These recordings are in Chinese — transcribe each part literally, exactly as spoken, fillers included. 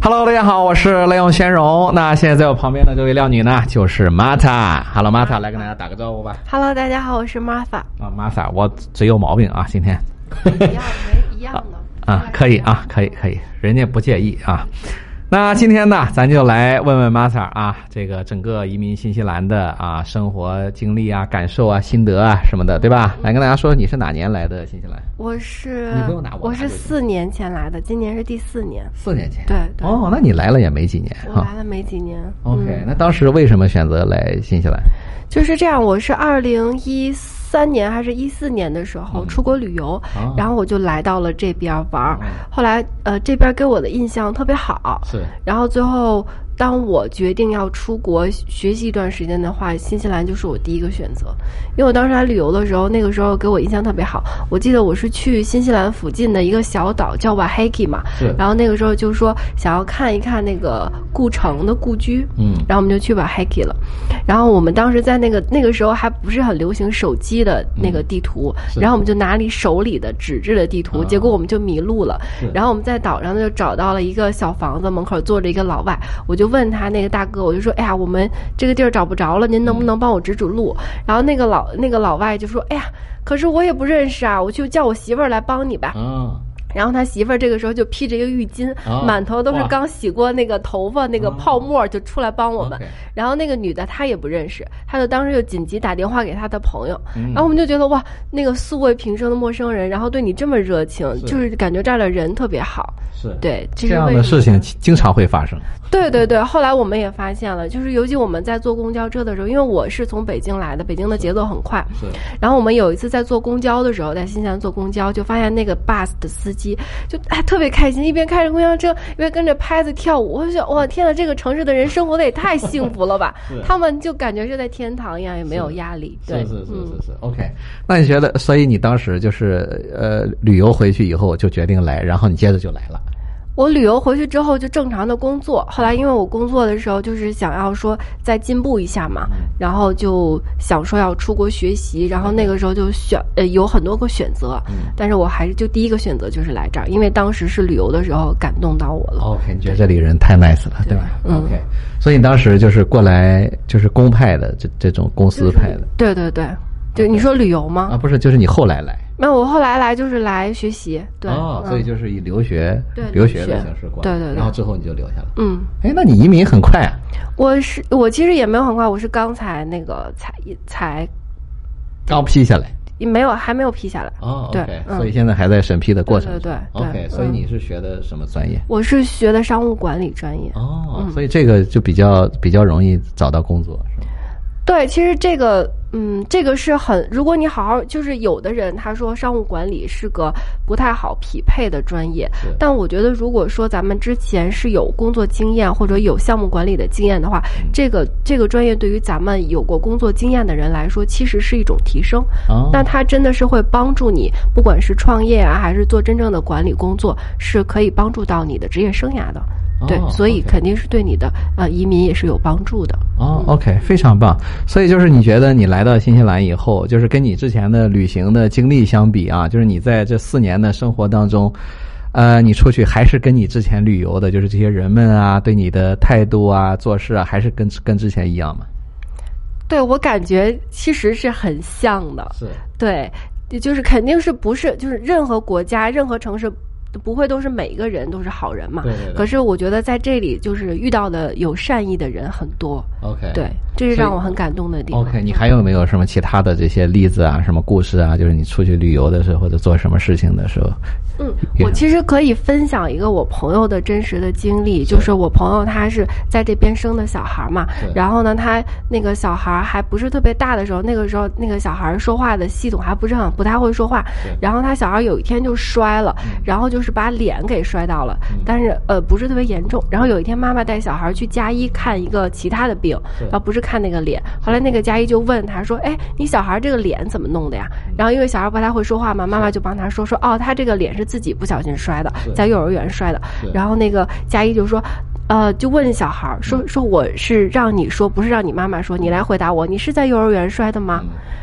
Hello， 大家好，我是雷永贤荣。那现在在我旁边的这位靓女呢，就是 Martha。Hello Martha， 来跟大家打个招呼吧。 Hello， 大家好，我是 Martha。 啊 ，Martha， 我嘴有毛病啊，今天。 一样没一样的。 啊，可以啊，可以可以，人家不介意啊。那今天呢，咱就来问问 Martha 啊，这个整个移民新西兰的啊生活经历啊、感受啊、心得啊什么的，对吧？来跟大家说，你是哪年来的新西兰？ 我是你不用拿我， 我是四年前来的，今年是第四年。 四年前， 对对。 哦，那你来了也没几年。 我来了没几年。 OK， 嗯、 那当时为什么选择来新西兰？ 就是这样，我是二零一三年还是一四年的时候出国旅游， 嗯、 然后我就来到了这边玩。 嗯、 后来呃这边给我的印象特别好， 是。 然后最后当我决定要出国学习一段时间的话，新西兰就是我第一个选择。因为我当时来旅游的时候，那个时候给我印象特别好。我记得我是去新西兰附近的一个小岛叫瓦海基嘛，然后那个时候就说想要看一看那个故城的故居，嗯，然后我们就去瓦海基了。然后我们当时在那个那个时候还不是很流行手机的那个地图，嗯、然后我们就拿你手里的纸质的地图，啊、结果我们就迷路了。然后我们在岛上就找到了一个小房子，门口坐着一个老外，我就问他那个大哥，我就说，哎呀，我们这个地儿找不着了，您能不能帮我指指路？嗯、然后那个老那个老外就说，哎呀，可是我也不认识啊，我就叫我媳妇儿来帮你吧。嗯。然后他媳妇儿这个时候就披着一个浴巾，哦、满头都是刚洗过那个头发那个泡沫，就出来帮我们。哦、然后那个女的她也不认识，她就当时就紧急打电话给她的朋友。嗯、然后我们就觉得哇，那个素未平生的陌生人，然后对你这么热情，是就是感觉这儿的人特别好。 是， 对， 这样的事情经常会发生。 对对对，后来我们也发现了，就是尤其我们在坐公交车的时候，因为我是从北京来的，北京的节奏很快。 是。 然后我们有一次在坐公交的时候，在新西兰坐公交，就发现那个 bus 的司机就哎特别开心，一边开着公交车，一边跟着拍子跳舞。我就想，哇，天哪，这个城市的人生活的也太幸福了吧！他们就感觉是在天堂一样，也没有压力。对， 是是是是是。OK， 那你觉得，所以你当时就是呃旅游回去以后就决定来，然后你接着就来了。 我旅游回去之后就正常的工作，后来因为我工作的时候就是想要说再进步一下嘛，嗯、然后就想说要出国学习，然后那个时候就选呃有很多个选择，嗯、但是我还是就第一个选择就是来这儿，因为当时是旅游的时候感动到我了。 OK， 你觉得这里人太 nice 了， 对, 对吧？ 嗯 OK， 所以你当时就是过来就是公派的这这种公司派的，就是、 对对对，就你说旅游吗？ 啊，不是，就是你后来来。 那我后来来就是来学习，对， 哦，所以就是以留学， 对留学的形式过来， 对对对， 然后之后你就留下了， 嗯， 哎，那你移民很快啊？ 我是我其实也没有很快，我是刚才那个才才刚批下来， 没有还没有批下来， 哦， 对， 嗯、所以现在还在审批的过程， 对对对 ，OK， 所以你是学的什么专业？ 我是学的商务管理专业， 哦，嗯、所以这个就比较比较容易找到工作，是吗？ 对，其实这个，嗯，这个是很，如果你好好，就是有的人他说商务管理是个不太好匹配的专业，但我觉得如果说咱们之前是有工作经验或者有项目管理的经验的话，嗯、这个这个专业对于咱们有过工作经验的人来说，其实是一种提升。哦，那它真的是会帮助你，不管是创业啊，还是做真正的管理工作，是可以帮助到你的职业生涯的。对， 哦、 所以肯定是对你的呃移民也是有帮助的。 哦 ，OK， 非常棒。所以就是你觉得你来到新西兰以后，就是跟你之前的旅行的经历相比啊，就是你在这四年的生活当中，呃，你出去还是跟你之前旅游的，就是这些人们啊，对你的态度啊、做事啊，还是跟跟之前一样吗？ 对，我感觉其实是很像的。 是。 对，就是肯定是不是就是任何国家、任何城市。不会都是每一个人都是好人嘛？ 对对对。 可是我觉得在这里就是遇到的有善意的人很多。 OK。 对，这是让我很感动的地方。 OK， 你还有没有什么其他的这些例子啊？什么故事啊？就是你出去旅游的时候或者做什么事情的时候。 嗯，我其实可以分享一个我朋友的真实的经历，就是我朋友他是在这边生的小孩嘛，然后呢，他那个小孩还不是特别大的时候，那个时候那个小孩说话的系统还不是很不太会说话，然后他小孩有一天就摔了，然后就是把脸给摔到了，但是呃不是特别严重。然后有一天妈妈带小孩去家医看一个其他的病，然后不是看那个脸，后来那个家医就问他说，哎，你小孩这个脸怎么弄的呀？然后因为小孩不太会说话嘛，妈妈就帮他说说，哦，他这个脸是自己不小心摔的，在幼儿园摔的。然后那个家医就说，呃，就问小孩说说我是让你说，不是让你妈妈说，你来回答我，你是在幼儿园摔的吗？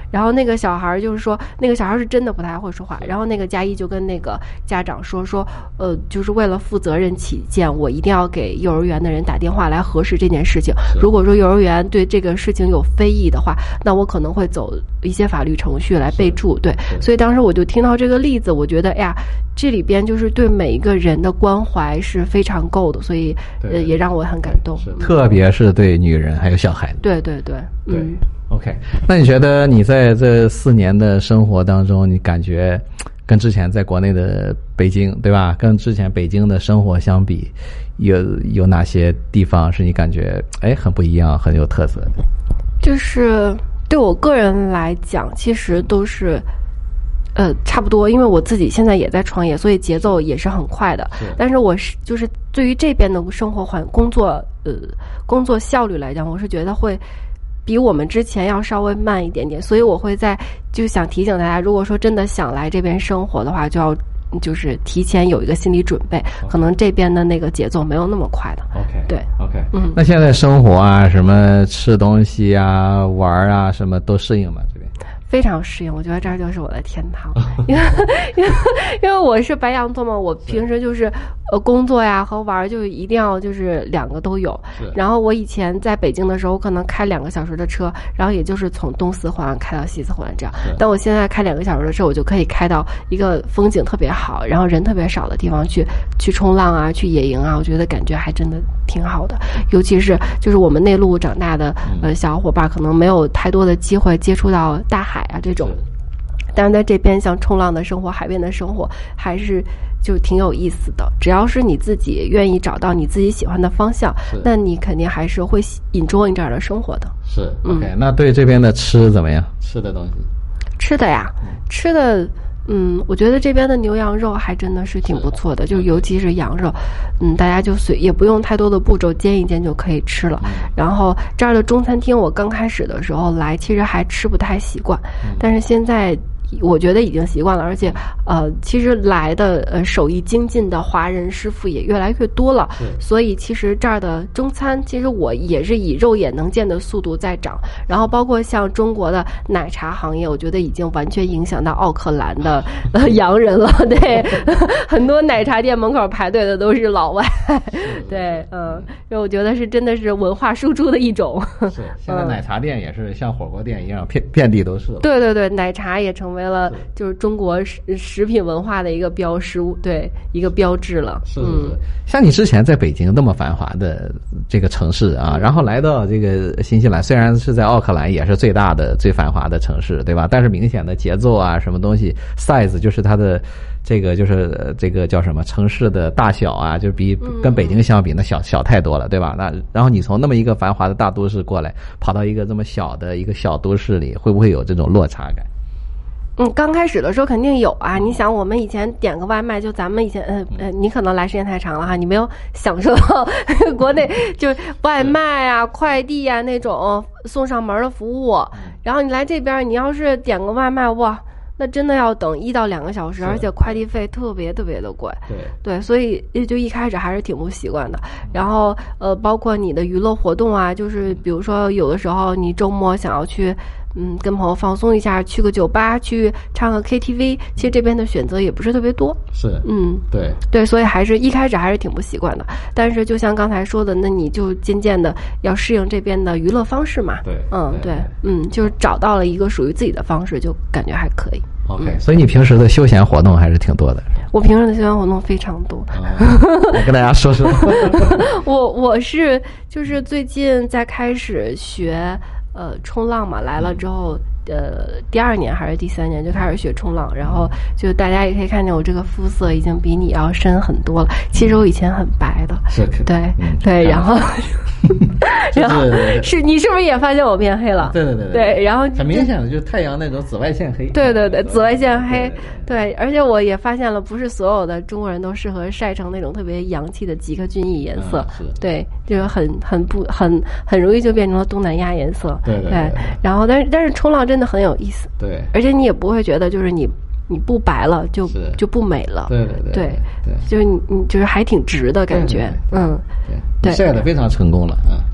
然后那个小孩就是说，那个小孩是真的不太会说话，然后那个佳一就跟那个家长说说，呃，就是为了负责任起见，我一定要给幼儿园的人打电话来核实这件事情。如果说幼儿园对这个事情有非议的话，那我可能会走一些法律程序来备注。对，所以当时我就听到这个例子，我觉得，哎呀，这里边就是对每一个人的关怀是非常够的，所以呃也让我很感动， 特别是对女人还有小孩子。 对对对， 对。嗯 OK， 那你觉得你在这四年的生活当中，你感觉跟之前在国内的北京，对吧？跟之前北京的生活相比，有有哪些地方是你感觉哎很不一样、很有特色的？ 就是对我个人来讲，其实都是。呃，差不多，因为我自己现在也在创业，所以节奏也是很快的。但是我是就是对于这边的生活环工作呃工作效率来讲，我是觉得会比我们之前要稍微慢一点点，所以我会在就想提醒大家，如果说真的想来这边生活的话，就要就是提前有一个心理准备， okay. 可能这边的那个节奏没有那么快的。 OK， 对 ，OK， 嗯，那现在生活啊，什么吃东西啊、玩啊，什么都适应吗？这边？ 非常适应，我觉得这儿就是我的天堂，因为因为因为我是白羊座嘛，我平时就是呃工作呀和玩就一定要就是两个都有。然后我以前在北京的时候，我可能开两个小时的车，然后也就是从东四环开到西四环这样。但我现在开两个小时的车，我就可以开到一个风景特别好，然后人特别少的地方去去冲浪啊，去野营啊，我觉得感觉还真的挺好的。尤其是就是我们内陆长大的呃小伙伴，可能没有太多的机会接触到大海啊这种，但是在这边像冲浪的生活、海边的生活，还是就挺有意思的。只要是你自己愿意找到你自己喜欢的方向，那你肯定还是会 enjoy 这样的生活的。 是 ，OK、嗯。那对这边的吃怎么样？吃的东西？ 吃的呀，嗯、吃的。嗯，我觉得这边的牛羊肉还真的是挺不错的，就尤其是羊肉，嗯，大家就随也不用太多的步骤，煎一煎就可以吃了。然后这儿的中餐厅，我刚开始的时候来，其实还吃不太习惯，但是现在我觉得已经习惯了，而且呃，其实来的呃手艺精进的华人师傅也越来越多了，所以其实这儿的中餐，其实我也是以肉眼能见的速度在涨。然后包括像中国的奶茶行业，我觉得已经完全影响到奥克兰的呃洋人了。对，很多奶茶店门口排队的都是老外。对，嗯，因为我觉得是真的是文化输出的一种。 是，现在奶茶店也是像火锅店一样，遍遍地都是。 对对对，奶茶也成为为了就是中国食食品文化的一个标识，对，一个标志了。 是是是、嗯，像你之前在北京那么繁华的这个城市啊，然后来到这个新西兰，虽然是在奥克兰也是最大的最繁华的城市，对吧？但是明显的节奏啊，什么东西 size 就是它的这个就是这个叫什么城市的大小啊，就比跟北京相比那小小太多了，对吧？那然后你从那么一个繁华的大都市过来，跑到一个这么小的一个小都市里，会不会有这种落差感？ 嗯，刚开始的时候肯定有啊。你想，我们以前点个外卖，就咱们以前，呃呃，你可能来时间太长了哈，你没有享受到国内就是外卖啊、快递啊那种送上门的服务。然后你来这边，你要是点个外卖，哇，那真的要等一到两个小时，而且快递费特别特别的贵。对对，所以就一开始还是挺不习惯的。然后呃，包括你的娱乐活动啊，就是比如说有的时候你周末想要去。嗯，跟朋友放松一下，去个酒吧，去唱个 K T V， 其实这边的选择也不是特别多。 是， 嗯， 对对，所以还是一开始还是挺不习惯的。但是就像刚才说的，那你就渐渐的要适应这边的娱乐方式嘛。 对， 嗯，对，嗯，就是找到了一个属于自己的方式，就感觉还可以。 OK，嗯、所以你平时的休闲活动还是挺多的。 我平时的休闲活动非常多。 哦、我跟大家说说。 我我是就是最近在开始学。呃，冲浪嘛，来了之后，呃，第二年还是第三年就开始学冲浪，然后就大家也可以看见我这个肤色已经比你要深很多了。其实我以前很白的， 是， 对、嗯、对，然后，然后是你是不是也发现我变黑了？ 对对对对，对，然后很明显的就是太阳那种紫外线黑。 对对对，紫外线黑，对，而且我也发现了，不是所有的中国人都适合晒成那种特别洋气的吉克隽逸颜色， 嗯、 对，就是很很不很很容易就变成了东南亚颜色。 对 对, 对, 对， 然后但是但是冲浪真的很有意思， 对， 而且你也不会觉得就是你你不白了就就不美了， 对对对对, 对，就是你你就是还挺直的感觉， 对对对对嗯，对， 晒得非常成功了啊。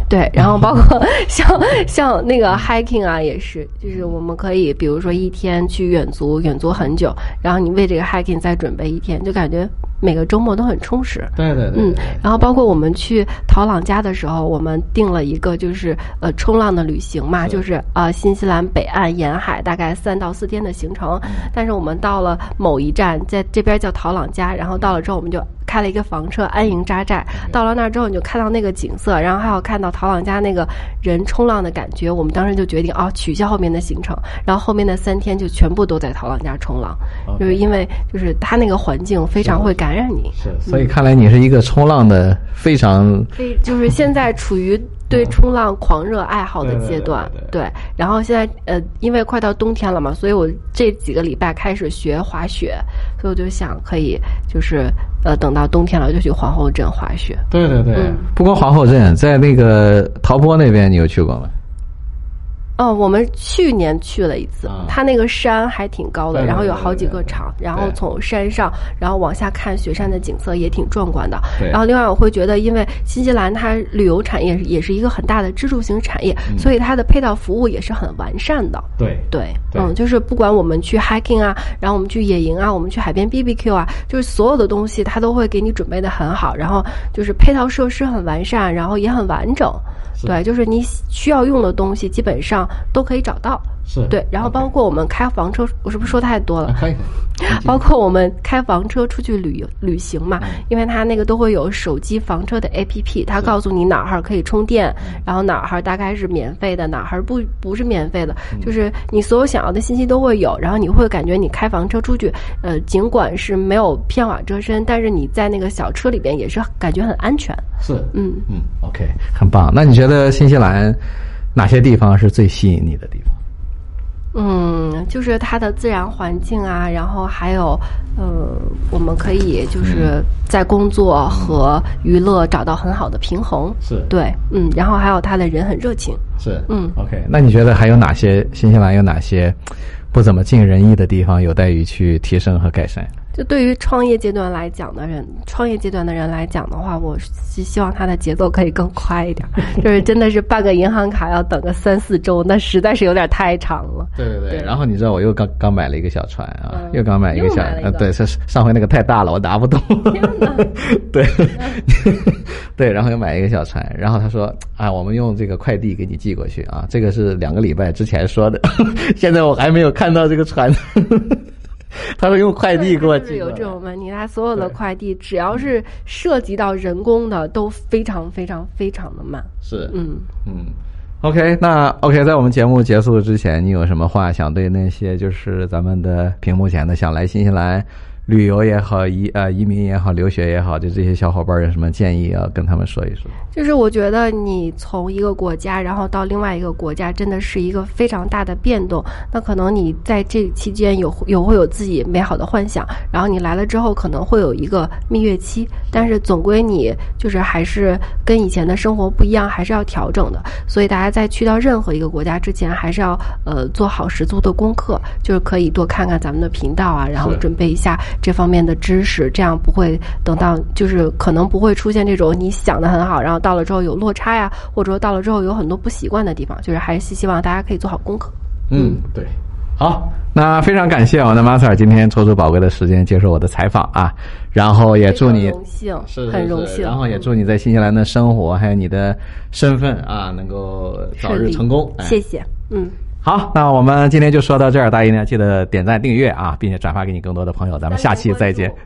对，然后包括像像那个 hiking 啊，也是，就是我们可以比如说一天去远足，远足很久，然后你为这个 hiking 再准备一天，就感觉每个周末都很充实。 对对 对, 对。 嗯，然后包括我们去陶朗加的时候，我们定了一个就是呃冲浪的旅行嘛，是就是呃新西兰北岸沿海大概三到四天的行程。嗯、但是我们到了某一站，在这边叫陶朗加，然后到了之后我们就开了一个房车安营扎寨。嗯、到了那儿之后，你就看到那个景色，然后还有看到陶朗加那个人冲浪的感觉。我们当时就决定哦，取消后面的行程，然后后面的三天就全部都在陶朗加冲浪， okay. 就是因为就是它那个环境非常会感染你。 是，是所以看来你是一个冲浪的非常， 非就是现在处于对冲浪狂热爱好的阶段。 对, 对, 对, 对, 对, 对，然后现在呃，因为快到冬天了嘛，所以我这几个礼拜开始学滑雪，所以我就想可以就是呃，等到冬天了就去皇后镇滑雪。 对对对， 嗯、 不光皇后镇，在那个陶坡那边你有去过吗？ 哦，我们去年去了一次， 啊、 它那个山还挺高的， 对对对对对， 然后有好几个场，然后从山上然后往下看雪山的景色也挺壮观的。然后另外我会觉得，因为新西兰它旅游产业也是一个很大的支柱型产业，嗯、所以它的配套服务也是很完善的。 对对，嗯，就是不管我们去 hiking 啊，然后我们去野营啊，我们去海边 B B Q 啊，就是所有的东西它都会给你准备的很好，然后就是配套设施很完善，然后也很完整。对，就是你需要用的东西基本上都可以找到。 是对， 然后包括我们开房车， okay. 我是不是说太多了？ 可以。 包括我们开房车出去旅游旅行嘛，嗯、因为它那个都会有手机房车的 A P P， 它告诉你哪儿可以充电，然后哪儿大概是免费的，哪儿不不是免费的，嗯、就是你所有想要的信息都会有。然后你会感觉你开房车出去，呃，尽管是没有片瓦遮身，但是你在那个小车里边也是感觉很安全。 是， 嗯嗯 ，OK， 很棒。那你觉得新西兰哪些地方是最吸引你的地方？ 嗯，就是它的自然环境啊，然后还有，呃，我们可以就是在工作和娱乐找到很好的平衡。 是， 对，嗯，然后还有他的人很热情。 是， 嗯 ，OK。那你觉得还有哪些新西兰有哪些不怎么尽人意的地方，有待于去提升和改善？ 就对于创业阶段来讲的人，创业阶段的人来讲的话，我是希望他的节奏可以更快一点。就是真的是办个银行卡要等个三四周，那实在是有点太长了。 对对 对, 对。然后你知道我又刚刚买了一个小船啊， 嗯、 又刚买一个小船。呃，对，是上回那个太大了，我拿不动。对，对，然后又买一个小船，然后他说啊，我们用这个快递给你寄过去啊，这个是两个礼拜之前说的，现在我还没有看到这个船。他说用快递给我寄， 就是有这种问题，他所有的快递只要是涉及到人工的，都非常非常非常的慢。 是，嗯嗯。OK， 那 OK， 在我们节目结束之前，你有什么话想对那些就是咱们的屏幕前的想来新西兰旅游也好，移呃移民也好，留学也好，就这些小伙伴有什么建议要跟他们说一说？ 就是我觉得你从一个国家然后到另外一个国家，真的是一个非常大的变动。那可能你在这期间有有会有自己美好的幻想，然后你来了之后可能会有一个蜜月期，但是总归你就是还是跟以前的生活不一样，还是要调整的。所以大家在去到任何一个国家之前，还是要呃做好十足的功课，就是可以多看看咱们的频道啊，然后准备一下这方面的知识，这样不会等到就是可能不会出现这种你想的很好，然后到了之后有落差呀，或者说到了之后有很多不习惯的地方，就是还是希望大家可以做好功课。 嗯，对。好，那非常感谢我的马 Sir 今天抽出宝贵的时间接受我的采访啊，然后也祝你荣幸， 是很荣幸， 然后也祝你在新西兰的生活还有你的身份啊能够早日成功。 哎、谢谢，嗯。 好，那我们今天就说到这儿，大家一定要记得点赞、订阅啊，并且转发给你更多的朋友，咱们下期再见。